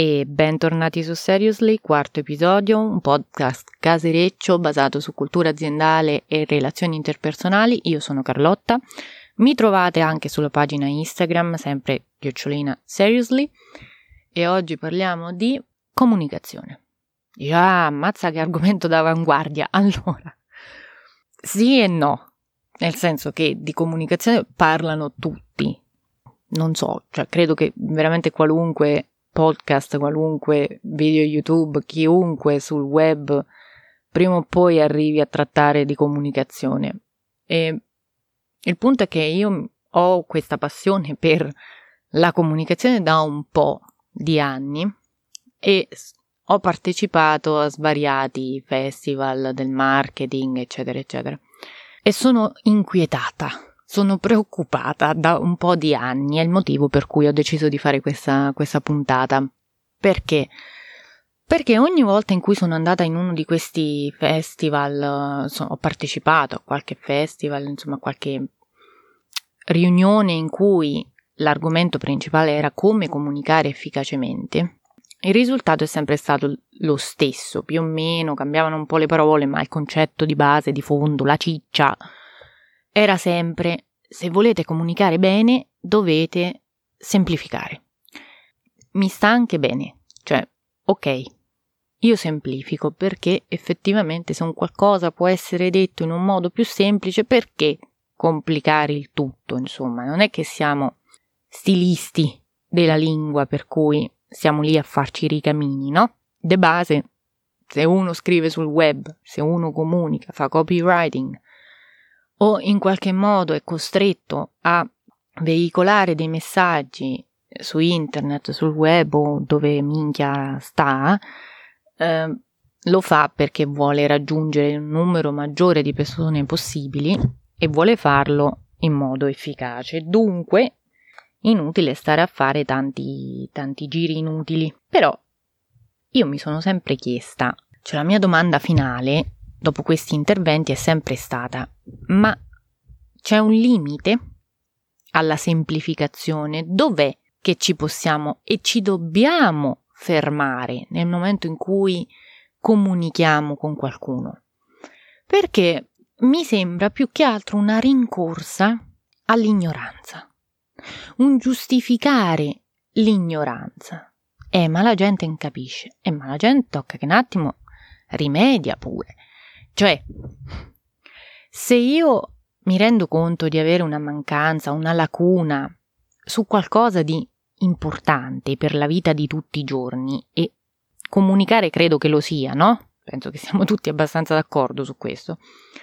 e bentornati su Seriously, quarto episodio, un podcast casereccio basato su cultura aziendale e relazioni interpersonali. Io sono Carlotta, mi trovate anche sulla pagina Instagram, sempre @Seriously, e oggi parliamo di comunicazione. Già, ammazza che argomento d'avanguardia. Allora, sì e no. Nel senso che di comunicazione parlano tutti, non so, cioè credo che veramente qualunque podcast, qualunque video YouTube, chiunque sul web, prima o poi arrivi a trattare di comunicazione. E il punto è che io ho questa passione per la comunicazione da un po' di anni e ho partecipato a svariati festival del marketing, eccetera, eccetera. E sono inquietata, sono preoccupata da un po' di anni, è il motivo per cui ho deciso di fare questa puntata. Perché? Perché ogni volta in cui sono andata in uno di questi festival, ho partecipato a qualche festival, insomma a qualche riunione in cui l'argomento principale era come comunicare efficacemente, il risultato è sempre stato lo stesso, più o meno, cambiavano un po' le parole, ma il concetto di base, di fondo, la ciccia, era sempre: se volete comunicare bene, dovete semplificare. Mi sta anche bene, cioè, ok, io semplifico perché effettivamente se un qualcosa può essere detto in un modo più semplice, perché complicare il tutto, insomma, non è che siamo stilisti della lingua per cui siamo lì a farci i ricamini, no? De base, se uno scrive sul web, se uno comunica, fa copywriting o in qualche modo è costretto a veicolare dei messaggi su internet, sul web o dove minchia sta, lo fa perché vuole raggiungere un numero maggiore di persone possibili e vuole farlo in modo efficace. Dunque, inutile stare a fare tanti giri inutili. Però io mi sono sempre chiesta, cioè la mia domanda finale dopo questi interventi è sempre stata: ma c'è un limite alla semplificazione? Dov'è che ci possiamo e ci dobbiamo fermare nel momento in cui comunichiamo con qualcuno? Perché mi sembra più che altro una rincorsa all'ignoranza. Un giustificare l'ignoranza. Ma la gente non capisce. Ma la gente tocca che un attimo rimedia pure. Cioè, se io mi rendo conto di avere una mancanza, una lacuna su qualcosa di importante per la vita di tutti i giorni, e comunicare credo che lo sia, no? Penso che siamo tutti abbastanza d'accordo su questo.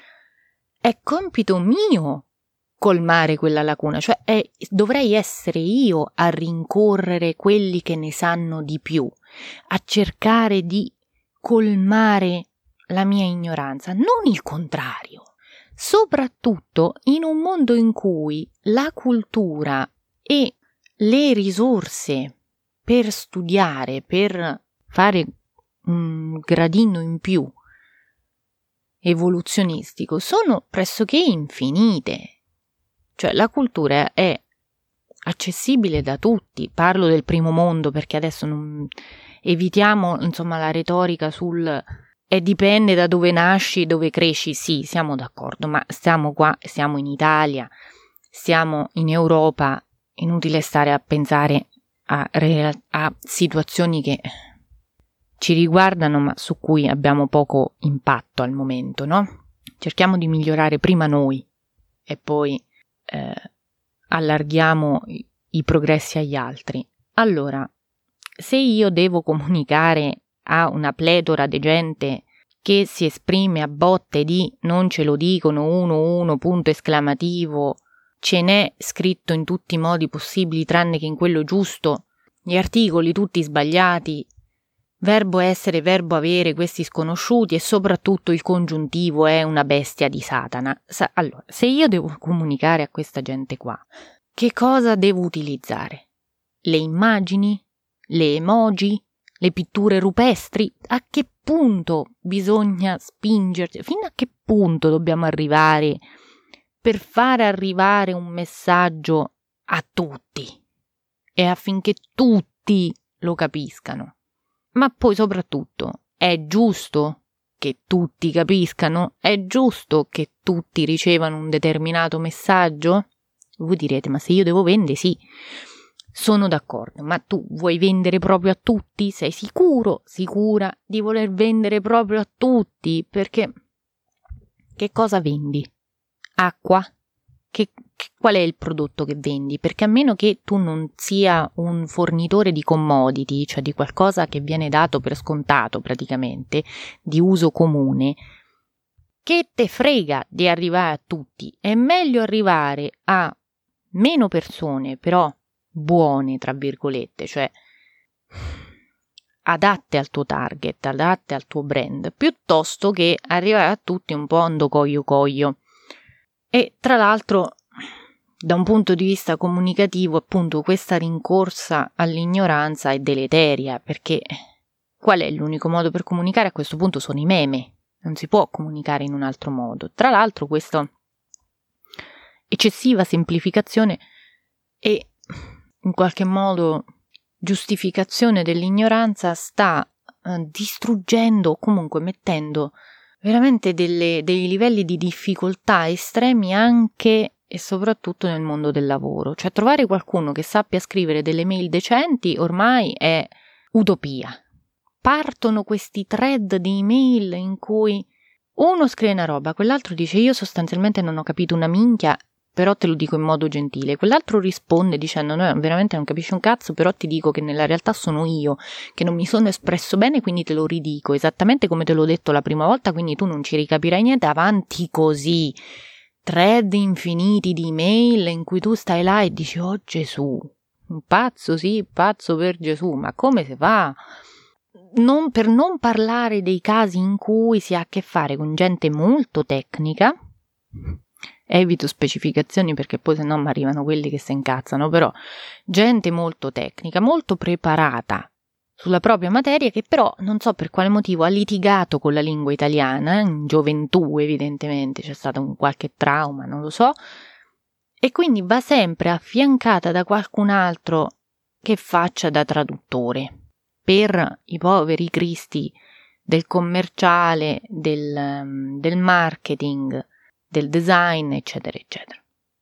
È compito mio colmare quella lacuna, cioè dovrei essere io a rincorrere quelli che ne sanno di più, a cercare di colmare la mia ignoranza, non il contrario. Soprattutto in un mondo in cui la cultura e le risorse per studiare, per fare un gradino in più evoluzionistico, sono pressoché infinite. Cioè la cultura è accessibile da tutti. Parlo del primo mondo perché adesso evitiamo insomma la retorica sul dipende da dove nasci, dove cresci. Sì, siamo d'accordo, ma stiamo qua, siamo in Italia, siamo in Europa, inutile stare a pensare a situazioni che ci riguardano ma su cui abbiamo poco impatto al momento, no? Cerchiamo di migliorare prima noi e poi allarghiamo i progressi agli altri. Allora, se io devo comunicare a una pletora di gente che si esprime a botte di non ce lo dicono, 1 punto esclamativo, ce n'è scritto in tutti i modi possibili tranne che in quello giusto, gli articoli tutti sbagliati, verbo essere, verbo avere, questi sconosciuti, e soprattutto il congiuntivo è una bestia di Satana. Allora, se io devo comunicare a questa gente qua, che cosa devo utilizzare? Le immagini? Le emoji? Le pitture rupestri? A che punto bisogna spingerci? Fino a che punto dobbiamo arrivare per far arrivare un messaggio a tutti e affinché tutti lo capiscano. Ma poi soprattutto è giusto che tutti capiscano? È giusto che tutti ricevano un determinato messaggio? Voi direte, ma se io devo vendere, sì, sono d'accordo, ma tu vuoi vendere proprio a tutti? Sei sicura di voler vendere proprio a tutti? Perché che cosa vendi? Acqua? Qual è il prodotto che vendi? Perché a meno che tu non sia un fornitore di commodity, cioè di qualcosa che viene dato per scontato praticamente, di uso comune, che te frega di arrivare a tutti? È meglio arrivare a meno persone, però buone, tra virgolette, cioè adatte al tuo target, adatte al tuo brand, piuttosto che arrivare a tutti un po' ando coglio. E tra l'altro, da un punto di vista comunicativo, appunto, questa rincorsa all'ignoranza è deleteria, perché qual è l'unico modo per comunicare a questo punto? Sono i meme, non si può comunicare in un altro modo. Tra l'altro questa eccessiva semplificazione e in qualche modo giustificazione dell'ignoranza sta distruggendo o comunque mettendo veramente dei livelli di difficoltà estremi anche e soprattutto nel mondo del lavoro. Cioè trovare qualcuno che sappia scrivere delle mail decenti ormai è utopia. Partono questi thread di email in cui uno scrive una roba, quell'altro dice io sostanzialmente non ho capito una minchia, però te lo dico in modo gentile. Quell'altro risponde dicendo no, veramente non capisci un cazzo, però ti dico che nella realtà sono io, che non mi sono espresso bene, quindi te lo ridico esattamente come te l'ho detto la prima volta, quindi tu non ci ricapirai niente, avanti così. Thread infiniti di email in cui tu stai là e dici oh Gesù, un pazzo sì, pazzo per Gesù, ma come si fa? Per non parlare dei casi in cui si ha a che fare con gente molto tecnica, evito specificazioni perché poi sennò mi arrivano quelli che si incazzano, però gente molto tecnica, molto preparata sulla propria materia, che però non so per quale motivo ha litigato con la lingua italiana, in gioventù evidentemente c'è stato un qualche trauma, non lo so, e quindi va sempre affiancata da qualcun altro che faccia da traduttore per i poveri cristi del commerciale, del marketing, del design, eccetera, eccetera.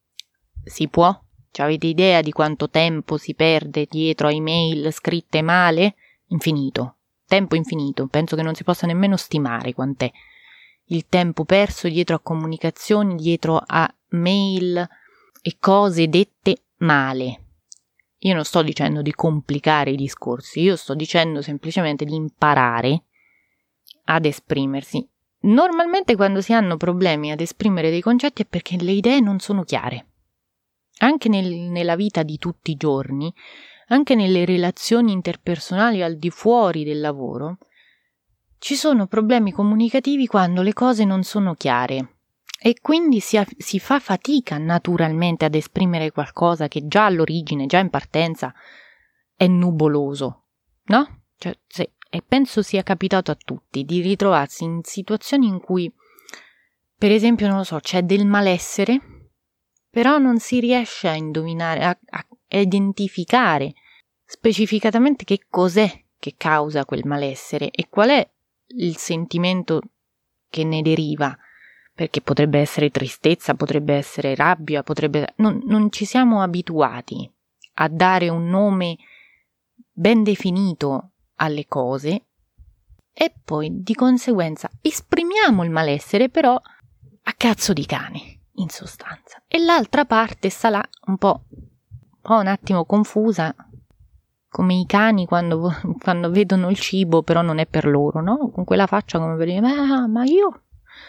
Si può? Cioè, avete idea di quanto tempo si perde dietro a email scritte male? Infinito. Tempo infinito. Penso che non si possa nemmeno stimare quant'è il tempo perso dietro a comunicazioni, dietro a mail e cose dette male. Io non sto dicendo di complicare i discorsi, io sto dicendo semplicemente di imparare ad esprimersi. Normalmente quando si hanno problemi ad esprimere dei concetti è perché le idee non sono chiare. Anche nella vita di tutti i giorni, anche nelle relazioni interpersonali al di fuori del lavoro, ci sono problemi comunicativi quando le cose non sono chiare e quindi si fa fatica naturalmente ad esprimere qualcosa che già all'origine, già in partenza, è nuvoloso, no? Cioè, e penso sia capitato a tutti di ritrovarsi in situazioni in cui, per esempio, non lo so, c'è del malessere, però non si riesce a indovinare, a identificare specificatamente che cos'è che causa quel malessere e qual è il sentimento che ne deriva, perché potrebbe essere tristezza, potrebbe essere rabbia, non ci siamo abituati a dare un nome ben definito alle cose e poi di conseguenza esprimiamo il malessere però a cazzo di cane, in sostanza, e l'altra parte sta là un po' un attimo confusa, come i cani quando vedono il cibo però non è per loro, no? Con quella faccia come per dire ma io...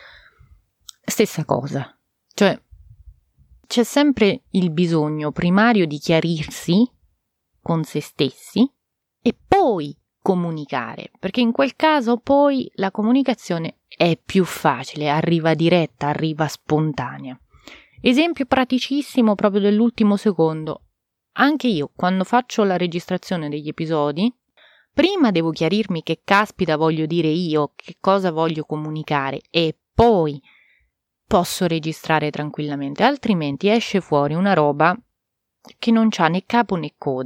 Stessa cosa, cioè c'è sempre il bisogno primario di chiarirsi con se stessi e poi comunicare, perché in quel caso poi la comunicazione è più facile, arriva diretta, arriva spontanea. Esempio praticissimo proprio dell'ultimo secondo. Anche io, quando faccio la registrazione degli episodi, prima devo chiarirmi che caspita voglio dire io, che cosa voglio comunicare e poi posso registrare tranquillamente, altrimenti esce fuori una roba che non c'ha né capo né coda,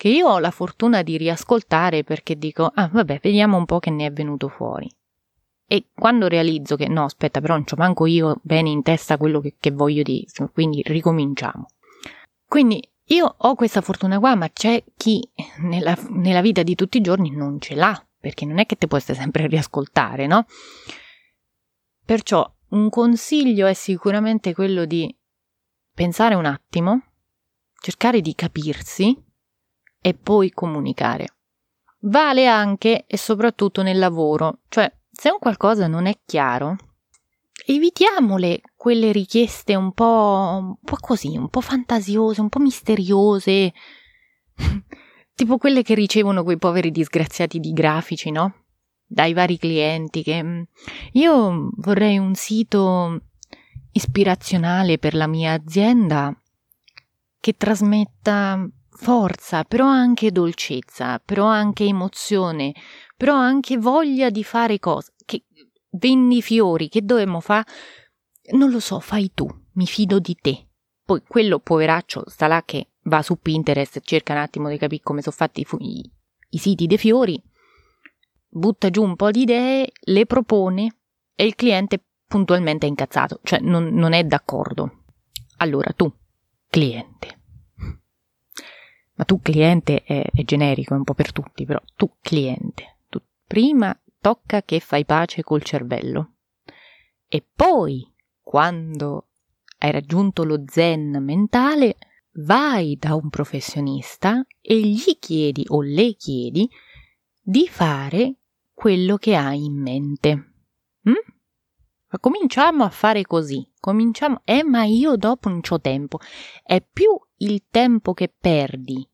che io ho la fortuna di riascoltare perché dico, vabbè, vediamo un po' che ne è venuto fuori. E quando realizzo che no, aspetta, però non c'ho manco io bene in testa quello che voglio dire, quindi ricominciamo. Quindi io ho questa fortuna qua, ma c'è chi nella vita di tutti i giorni non ce l'ha, perché non è che te puoi sempre riascoltare, no? Perciò un consiglio è sicuramente quello di pensare un attimo, cercare di capirsi e poi comunicare. Vale anche e soprattutto nel lavoro, cioè se un qualcosa non è chiaro, evitiamole quelle richieste un po' così, un po' fantasiose, un po' misteriose, tipo quelle che ricevono quei poveri disgraziati di grafici, no? Dai vari clienti che io vorrei un sito ispirazionale per la mia azienda che trasmetta forza, però anche dolcezza, però anche emozione, però anche voglia di fare cose. Che vendi fiori, che dovremmo fare? Non lo so, fai tu, mi fido di te. Poi quello poveraccio sta là che va su Pinterest, cerca un attimo di capire come sono fatti i siti dei fiori, butta giù un po' di idee, le propone e il cliente puntualmente è incazzato, cioè non è d'accordo. Allora tu, cliente, ma tu cliente è generico, è un po' per tutti, però tu cliente, tu prima tocca che fai pace col cervello e poi quando hai raggiunto lo zen mentale vai da un professionista e gli chiedi o le chiedi di fare quello che hai in mente. Ma cominciamo a fare così, ma io dopo non c'ho tempo. È più il tempo che perdi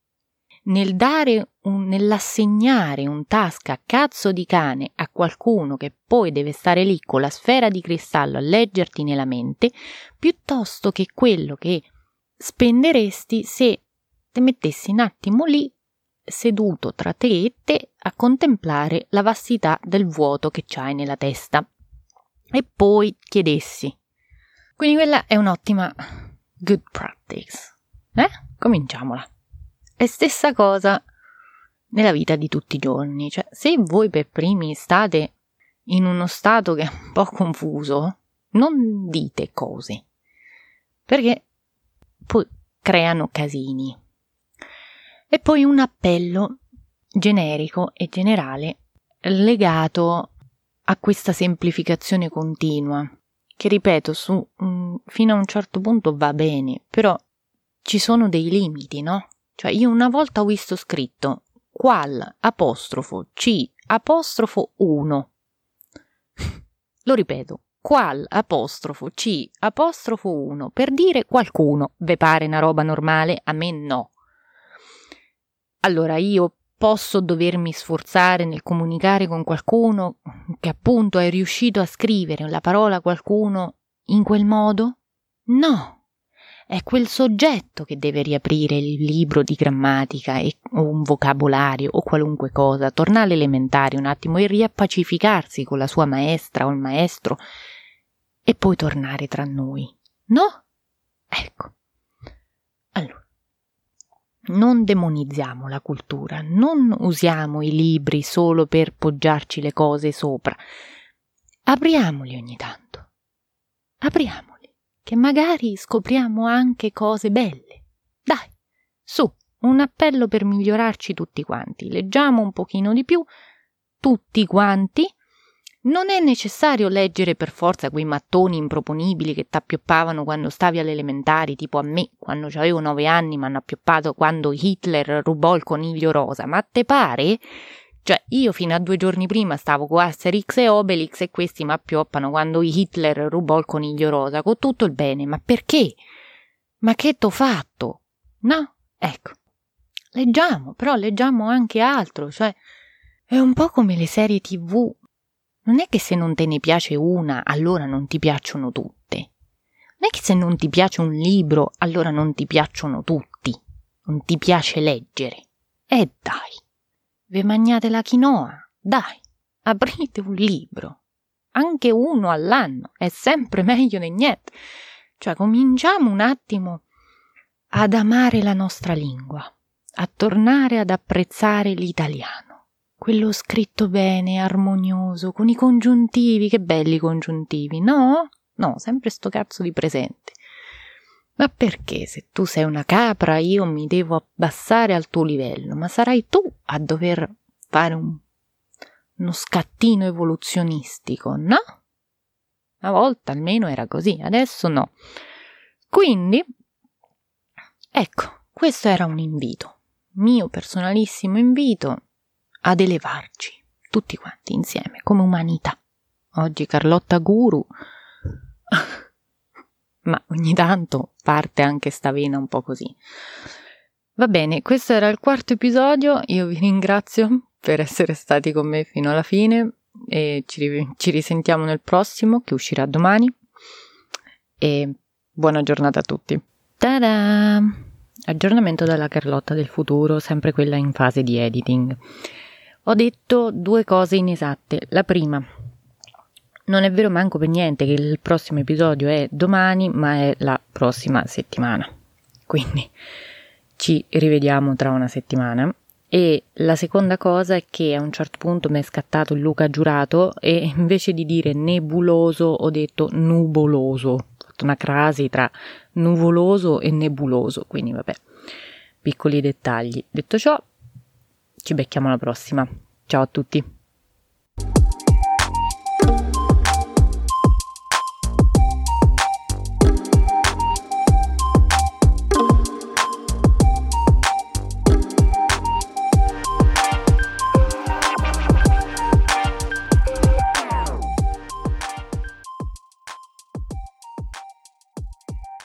nell'assegnare un task a cazzo di cane a qualcuno che poi deve stare lì con la sfera di cristallo a leggerti nella mente, piuttosto che quello che spenderesti se ti mettessi un attimo lì seduto tra te e te a contemplare la vastità del vuoto che c'hai nella testa e poi chiedessi. Quindi quella è un'ottima good practice. Cominciamola. E stessa cosa nella vita di tutti i giorni, cioè se voi per primi state in uno stato che è un po' confuso, non dite cose, perché poi creano casini. E poi un appello generico e generale legato a questa semplificazione continua, che ripeto, fino a un certo punto va bene, però ci sono dei limiti, no? Cioè io una volta ho visto scritto qual apostrofo c apostrofo 1. Lo ripeto, qual apostrofo c apostrofo 1 per dire qualcuno. Ve pare una roba normale? A me no. Allora io posso dovermi sforzare nel comunicare con qualcuno che appunto è riuscito a scrivere la parola qualcuno in quel modo? No. È quel soggetto che deve riaprire il libro di grammatica o un vocabolario o qualunque cosa, tornare alle elementari un attimo e riappacificarsi con la sua maestra o il maestro e poi tornare tra noi. No? Ecco. Allora, non demonizziamo la cultura, non usiamo i libri solo per poggiarci le cose sopra. Apriamoli ogni tanto. Apriamoli. Che magari scopriamo anche cose belle. Dai, su, un appello per migliorarci tutti quanti. Leggiamo un pochino di più, tutti quanti. Non è necessario leggere per forza quei mattoni improponibili che t'appioppavano quando stavi alle elementari, tipo a me, quando avevo 9 anni mi hanno appioppato quando Hitler rubò il coniglio rosa. Ma te pare? Cioè, io fino a 2 giorni prima stavo con Asterix e Obelix e questi mi appioppano quando Hitler rubò il coniglio rosa, con tutto il bene. Ma perché? Ma che t'ho fatto? No? Ecco. Leggiamo, però leggiamo anche altro, cioè è un po' come le serie TV. Non è che se non te ne piace una, allora non ti piacciono tutte. Non è che se non ti piace un libro, allora non ti piacciono tutti. Non ti piace leggere. Dai. Ve mangiate la quinoa? Dai, aprite un libro. Anche uno all'anno è sempre meglio di niente. Cioè, cominciamo un attimo ad amare la nostra lingua. a tornare ad apprezzare l'italiano, quello scritto bene, armonioso, con i congiuntivi, che belli congiuntivi, no? No, sempre sto cazzo di presente. Ma perché se tu sei una capra io mi devo abbassare al tuo livello? Ma sarai tu a dover fare uno scattino evoluzionistico, no? Una volta almeno era così, adesso no. Quindi, ecco, questo era un invito, mio personalissimo invito ad elevarci, tutti quanti insieme, come umanità. Oggi Carlotta Guru, ma ogni tanto parte anche sta vena un po' così. Va bene, questo era il 4º episodio, io vi ringrazio per essere stati con me fino alla fine e ci risentiamo nel prossimo che uscirà domani e buona giornata a tutti. Ta-da! Aggiornamento dalla Carlotta del futuro, sempre quella in fase di editing. Ho detto 2 cose inesatte. La prima, non è vero manco per niente che il prossimo episodio è domani, ma è la prossima settimana. Quindi ci rivediamo tra una settimana. E la seconda cosa è che a un certo punto mi è scattato il Luca giurato e invece di dire nebuloso ho detto nuvoloso. Ho fatto una crasi tra nuvoloso e nebuloso, quindi vabbè, piccoli dettagli. Detto ciò, ci becchiamo alla prossima. Ciao a tutti.